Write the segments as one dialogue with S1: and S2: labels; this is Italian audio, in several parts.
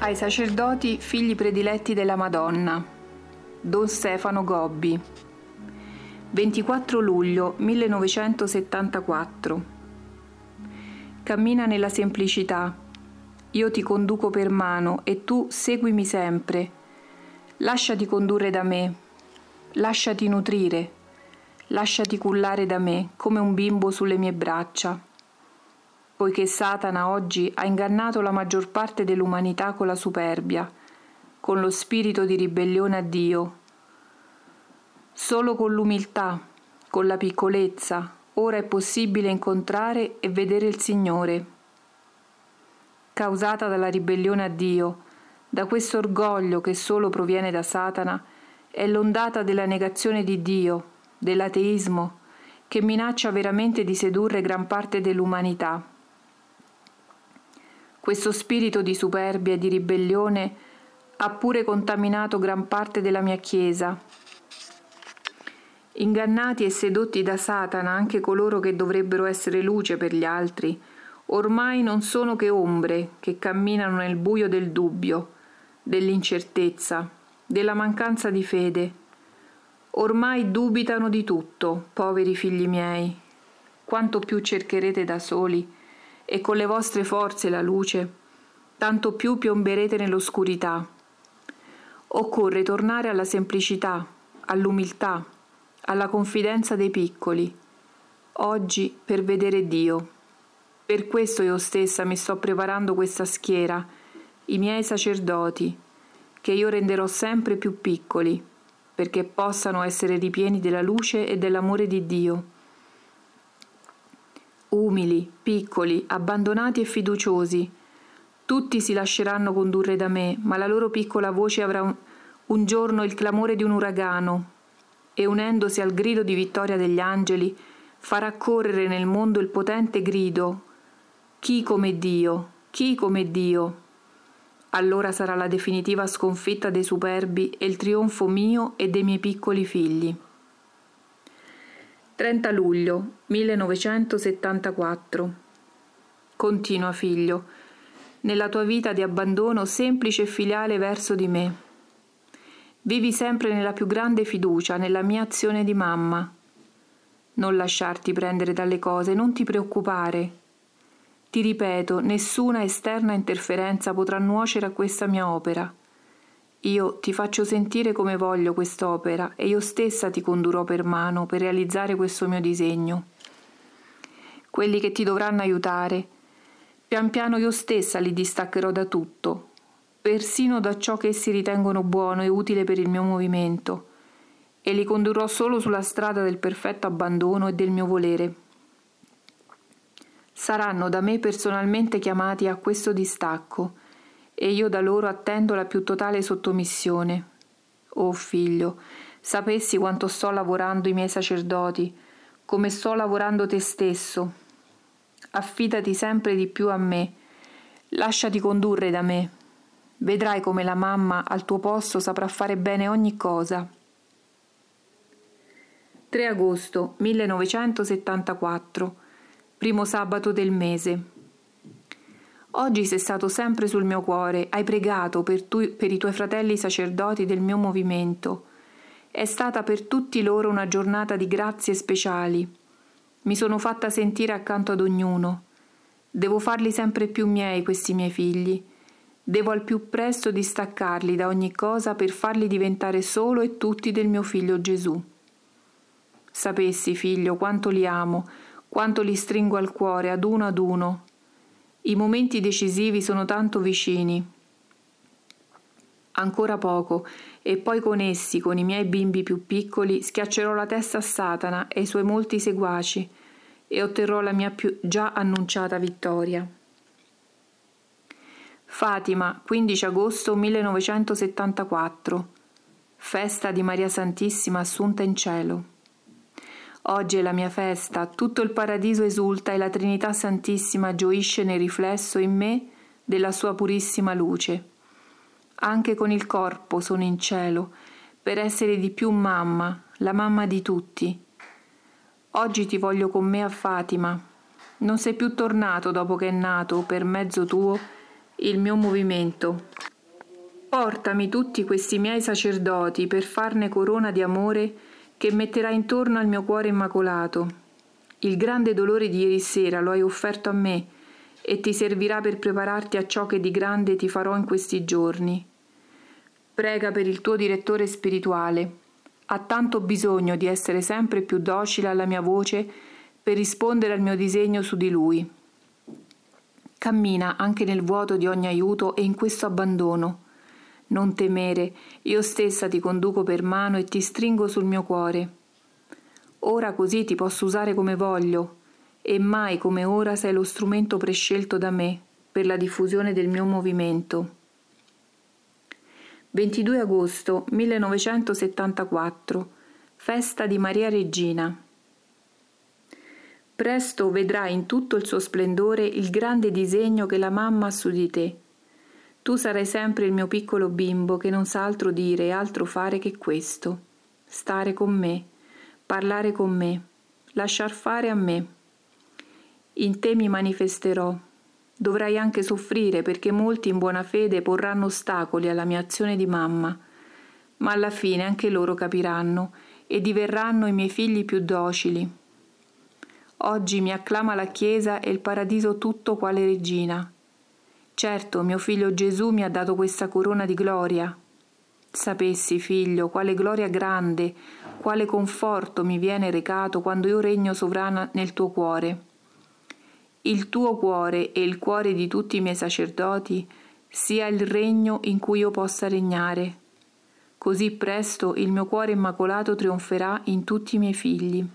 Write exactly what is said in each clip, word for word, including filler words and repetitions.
S1: Ai sacerdoti figli prediletti della Madonna. Don Stefano Gobbi. ventiquattro luglio millenovecentosettantaquattro. Cammina nella semplicità. Io ti conduco per mano e tu seguimi sempre. Lasciati condurre da me. Lasciati nutrire. Lasciati cullare da me come un bimbo sulle mie braccia. Poiché Satana oggi ha ingannato la maggior parte dell'umanità con la superbia, con lo spirito di ribellione a Dio. Solo con l'umiltà, con la piccolezza, ora è possibile incontrare e vedere il Signore. Causata dalla ribellione a Dio, da questo orgoglio che solo proviene da Satana, è l'ondata della negazione di Dio, dell'ateismo, che minaccia veramente di sedurre gran parte dell'umanità. Questo spirito di superbia e di ribellione ha pure contaminato gran parte della mia Chiesa. Ingannati e sedotti da Satana anche coloro che dovrebbero essere luce per gli altri, ormai non sono che ombre che camminano nel buio del dubbio, dell'incertezza, della mancanza di fede. Ormai dubitano di tutto, poveri figli miei. Quanto più cercherete da soli e con le vostre forze la luce, tanto più piomberete nell'oscurità. Occorre tornare alla semplicità, all'umiltà, alla confidenza dei piccoli, oggi per vedere Dio. Per questo io stessa mi sto preparando questa schiera, i miei sacerdoti, che io renderò sempre più piccoli, perché possano essere ripieni della luce e dell'amore di Dio. Umili, piccoli, abbandonati e fiduciosi, tutti si lasceranno condurre da me, ma la loro piccola voce avrà un, un giorno il clamore di un uragano e, unendosi al grido di vittoria degli angeli, farà correre nel mondo il potente grido: chi come Dio, chi come Dio. Allora sarà la definitiva sconfitta dei superbi e il trionfo mio e dei miei piccoli figli. trenta luglio millenovecentosettantaquattro. Continua, figlio, nella tua vita di abbandono semplice e filiale verso di me. Vivi sempre nella più grande fiducia, nella mia azione di mamma. Non lasciarti prendere dalle cose, non ti preoccupare. Ti ripeto, nessuna esterna interferenza potrà nuocere a questa mia opera. Io ti faccio sentire come voglio quest'opera e io stessa ti condurrò per mano per realizzare questo mio disegno. Quelli che ti dovranno aiutare, pian piano io stessa li distaccherò da tutto, persino da ciò che essi ritengono buono e utile per il mio movimento, e li condurrò solo sulla strada del perfetto abbandono e del mio volere. Saranno da me personalmente chiamati a questo distacco, e io da loro attendo la più totale sottomissione. Oh figlio, sapessi quanto sto lavorando i miei sacerdoti, come sto lavorando te stesso. Affidati sempre di più a me, lasciati condurre da me. Vedrai come la mamma al tuo posto saprà fare bene ogni cosa. tre agosto millenovecentosettantaquattro, primo sabato del mese. Oggi sei stato sempre sul mio cuore, hai pregato per, tu, per i tuoi fratelli sacerdoti del mio movimento. È stata per tutti loro una giornata di grazie speciali. Mi sono fatta sentire accanto ad ognuno. Devo farli sempre più miei questi miei figli. Devo al più presto distaccarli da ogni cosa per farli diventare solo e tutti del mio figlio Gesù. Sapessi, figlio, quanto li amo, quanto li stringo al cuore ad uno ad uno. I momenti decisivi sono tanto vicini. Ancora poco, e poi con essi, con i miei bimbi più piccoli, schiaccerò la testa a Satana e ai suoi molti seguaci e otterrò la mia più già annunciata vittoria. Fatima, quindici agosto millenovecentosettantaquattro. Festa di Maria Santissima assunta in cielo. Oggi è la mia festa, tutto il paradiso esulta e la Trinità Santissima gioisce nel riflesso in me della sua purissima luce. Anche con il corpo sono in cielo, per essere di più mamma, la mamma di tutti. Oggi ti voglio con me a Fatima. Non sei più tornato dopo che è nato, per mezzo tuo, il mio movimento. Portami tutti questi miei sacerdoti per farne corona di amore che metterà intorno al mio cuore immacolato. Il grande dolore di ieri sera lo hai offerto a me e ti servirà per prepararti a ciò che di grande ti farò in questi giorni. Prega per il tuo direttore spirituale. Ha tanto bisogno di essere sempre più docile alla mia voce per rispondere al mio disegno su di lui. Cammina anche nel vuoto di ogni aiuto e in questo abbandono. Non temere, io stessa ti conduco per mano e ti stringo sul mio cuore. Ora così ti posso usare come voglio, e mai come ora sei lo strumento prescelto da me per la diffusione del mio movimento. ventidue agosto millenovecentosettantaquattro, festa di Maria Regina. Presto vedrai in tutto il suo splendore il grande disegno che la mamma ha su di te. Tu sarai sempre il mio piccolo bimbo che non sa altro dire e altro fare che questo: stare con me, parlare con me, lasciar fare a me. In te mi manifesterò. Dovrai anche soffrire perché molti in buona fede porranno ostacoli alla mia azione di mamma, ma alla fine anche loro capiranno e diverranno i miei figli più docili. Oggi mi acclama la Chiesa e il paradiso tutto quale regina. Certo, mio figlio Gesù mi ha dato questa corona di gloria. Sapessi, figlio, quale gloria grande, quale conforto mi viene recato quando io regno sovrana nel tuo cuore. Il tuo cuore e il cuore di tutti i miei sacerdoti sia il regno in cui io possa regnare. Così presto il mio cuore immacolato trionferà in tutti i miei figli.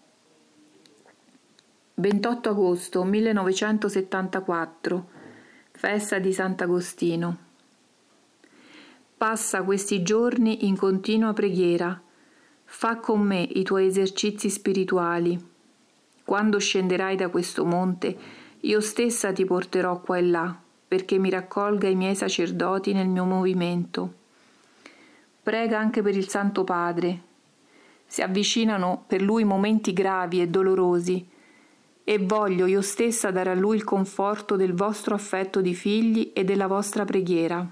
S1: ventotto agosto millenovecentosettantaquattro, festa di Sant'Agostino. Passa questi giorni in continua preghiera. Fa con me i tuoi esercizi spirituali. Quando scenderai da questo monte, io stessa ti porterò qua e là, perché mi raccolga i miei sacerdoti nel mio movimento. Prega anche per il Santo Padre. Si avvicinano per lui momenti gravi e dolorosi, e voglio io stessa dare a lui il conforto del vostro affetto di figli e della vostra preghiera.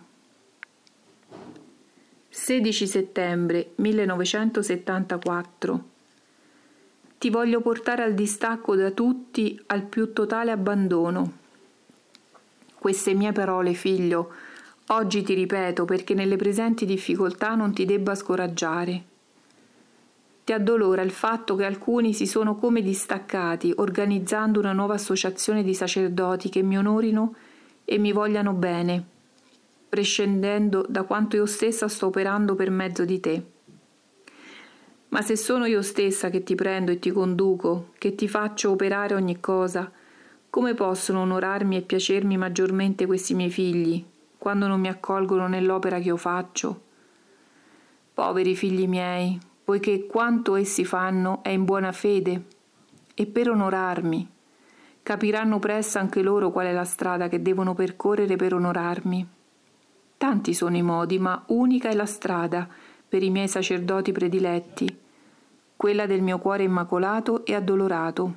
S1: sedici settembre millenovecentosettantaquattro. Ti voglio portare al distacco da tutti, al più totale abbandono. Queste mie parole, figlio, oggi ti ripeto perché nelle presenti difficoltà non ti debba scoraggiare. Ti addolora il fatto che alcuni si sono come distaccati, organizzando una nuova associazione di sacerdoti che mi onorino e mi vogliano bene, prescindendo da quanto io stessa sto operando per mezzo di te. Ma se sono io stessa che ti prendo e ti conduco, che ti faccio operare ogni cosa, come possono onorarmi e piacermi maggiormente questi miei figli, quando non mi accolgono nell'opera che io faccio? Poveri figli miei, poiché quanto essi fanno è in buona fede, e per onorarmi. Capiranno presto anche loro qual è la strada che devono percorrere per onorarmi. Tanti sono i modi, ma unica è la strada per i miei sacerdoti prediletti, quella del mio cuore immacolato e addolorato.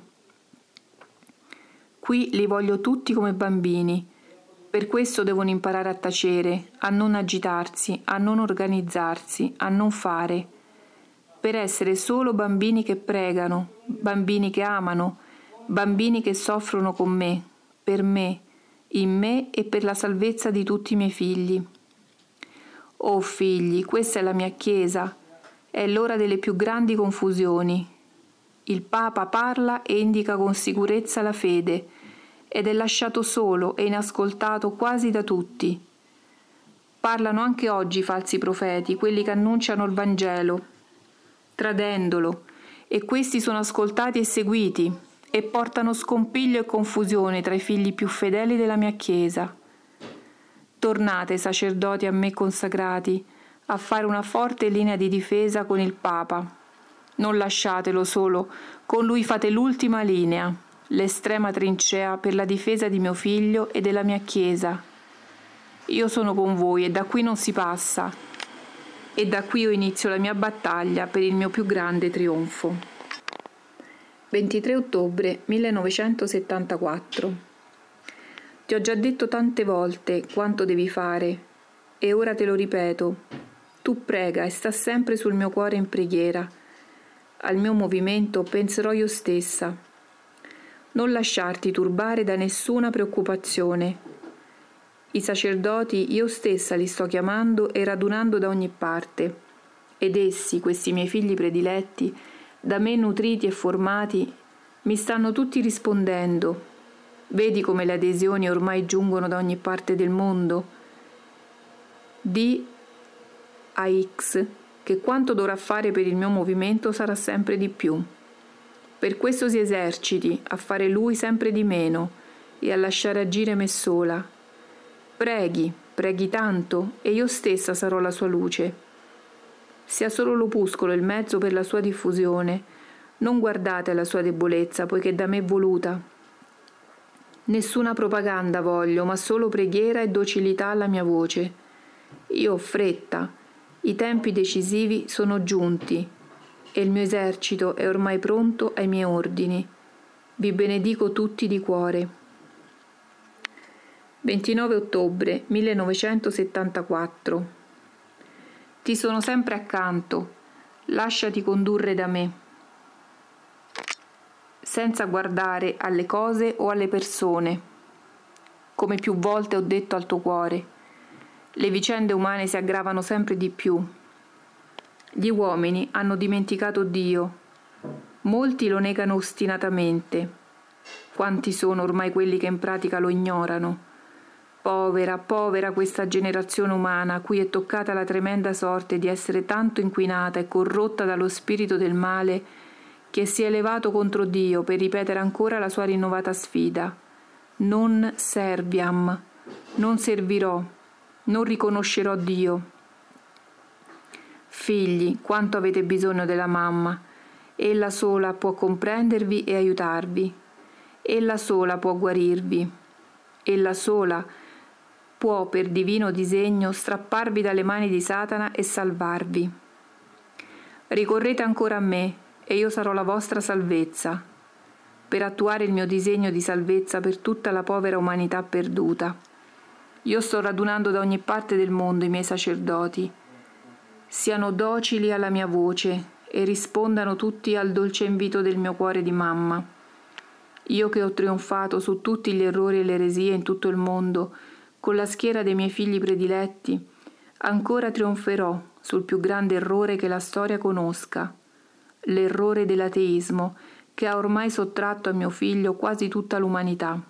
S1: Qui li voglio tutti come bambini, per questo devono imparare a tacere, a non agitarsi, a non organizzarsi, a non fare, per essere solo bambini che pregano, bambini che amano, bambini che soffrono con me, per me, in me e per la salvezza di tutti i miei figli. Oh figli, questa è la mia Chiesa, è l'ora delle più grandi confusioni. Il Papa parla e indica con sicurezza la fede, ed è lasciato solo e inascoltato quasi da tutti. Parlano anche oggi i falsi profeti, quelli che annunciano il Vangelo, tradendolo, e questi sono ascoltati e seguiti, e portano scompiglio e confusione tra i figli più fedeli della mia Chiesa. Tornate, sacerdoti a me consacrati, a fare una forte linea di difesa con il Papa. Non lasciatelo solo, con lui fate l'ultima linea, l'estrema trincea per la difesa di mio figlio e della mia Chiesa. Io sono con voi e da qui non si passa, e da qui io inizio la mia battaglia per il mio più grande trionfo. ventitré ottobre millenovecentosettantaquattro. Ti ho già detto tante volte quanto devi fare. E ora te lo ripeto, tu prega e sta sempre sul mio cuore in preghiera. Al mio movimento penserò io stessa. Non lasciarti turbare da nessuna preoccupazione. I sacerdoti io stessa li sto chiamando e radunando da ogni parte, ed essi, questi miei figli prediletti, da me nutriti e formati, mi stanno tutti rispondendo. Vedi come le adesioni ormai giungono da ogni parte del mondo? Di a X che quanto dovrà fare per il mio movimento sarà sempre di più. Per questo si eserciti a fare lui sempre di meno e a lasciare agire me sola. Preghi, preghi tanto, e io stessa sarò la sua luce. Sia solo l'opuscolo il mezzo per la sua diffusione. Non guardate alla sua debolezza, poiché da me è voluta. Nessuna propaganda voglio, ma solo preghiera e docilità alla mia voce. Io ho fretta. I tempi decisivi sono giunti e il mio esercito è ormai pronto ai miei ordini. Vi benedico tutti di cuore. ventinove ottobre millenovecentosettantaquattro. Ti sono sempre accanto, lasciati condurre da me, senza guardare alle cose o alle persone. Come più volte ho detto al tuo cuore, le vicende umane si aggravano sempre di più. Gli uomini hanno dimenticato Dio. Molti lo negano ostinatamente. Quanti sono ormai quelli che in pratica lo ignorano? Povera, povera questa generazione umana a cui è toccata la tremenda sorte di essere tanto inquinata e corrotta dallo spirito del male che si è levato contro Dio per ripetere ancora la sua rinnovata sfida. Non serviam, non servirò, non riconoscerò Dio. Figli, quanto avete bisogno della mamma. Ella sola può comprendervi e aiutarvi. Ella sola può guarirvi. Ella sola può, per divino disegno, strapparvi dalle mani di Satana e salvarvi. Ricorrete ancora a me, e io sarò la vostra salvezza, per attuare il mio disegno di salvezza per tutta la povera umanità perduta. Io sto radunando da ogni parte del mondo i miei sacerdoti. Siano docili alla mia voce e rispondano tutti al dolce invito del mio cuore di mamma. Io che ho trionfato su tutti gli errori e le eresie in tutto il mondo, con la schiera dei miei figli prediletti, ancora trionferò sul più grande errore che la storia conosca, l'errore dell'ateismo, che ha ormai sottratto a mio figlio quasi tutta l'umanità.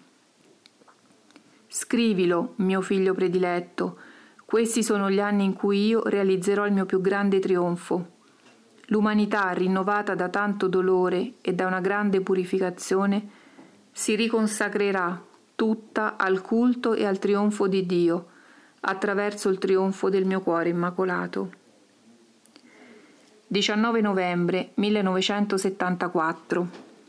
S1: Scrivilo, mio figlio prediletto, questi sono gli anni in cui io realizzerò il mio più grande trionfo. L'umanità, rinnovata da tanto dolore e da una grande purificazione, si riconsacrerà tutta al culto e al trionfo di Dio, attraverso il trionfo del mio cuore immacolato. diciannove novembre millenovecentosettantaquattro.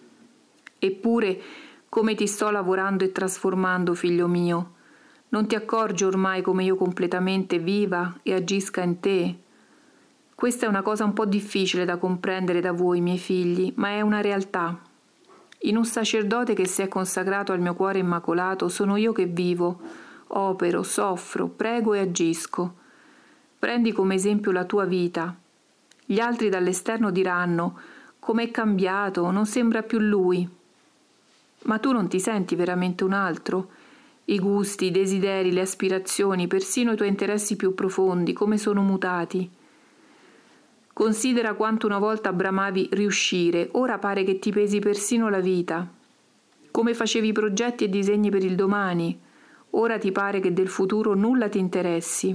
S1: Eppure, come ti sto lavorando e trasformando, figlio mio, non ti accorgi ormai come io completamente viva e agisca in te? Questa è una cosa un po' difficile da comprendere da voi, miei figli, ma è una realtà. In un sacerdote che si è consacrato al mio cuore immacolato sono io che vivo, opero, soffro, prego e agisco. Prendi come esempio la tua vita. Gli altri dall'esterno diranno: com'è cambiato, non sembra più lui. Ma tu non ti senti veramente un altro? I gusti, i desideri, le aspirazioni, persino i tuoi interessi più profondi, come sono mutati? Considera quanto una volta bramavi riuscire, ora pare che ti pesi persino la vita. Come facevi progetti e disegni per il domani, ora ti pare che del futuro nulla ti interessi.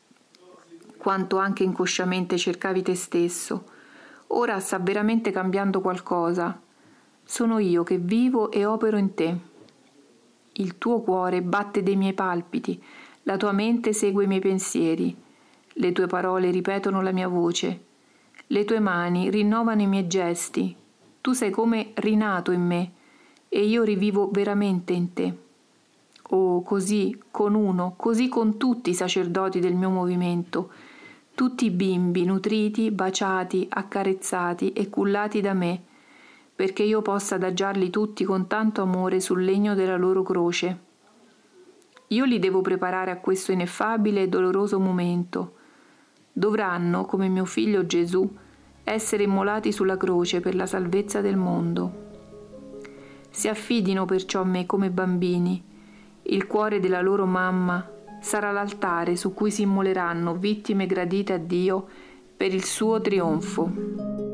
S1: Quanto anche inconsciamente cercavi te stesso, ora sta veramente cambiando qualcosa. Sono io che vivo e opero in te. Il tuo cuore batte dei miei palpiti, la tua mente segue i miei pensieri, le tue parole ripetono la mia voce, le tue mani rinnovano i miei gesti. Tu sei come rinato in me e io rivivo veramente in te. Oh, così con uno, così con tutti i sacerdoti del mio movimento, tutti i bimbi nutriti, baciati, accarezzati e cullati da me, perché io possa adagiarli tutti con tanto amore sul legno della loro croce. Io li devo preparare a questo ineffabile e doloroso momento. Dovranno, come mio figlio Gesù, essere immolati sulla croce per la salvezza del mondo. Si affidino perciò a me come bambini. Il cuore della loro mamma sarà l'altare su cui si immoleranno vittime gradite a Dio per il suo trionfo.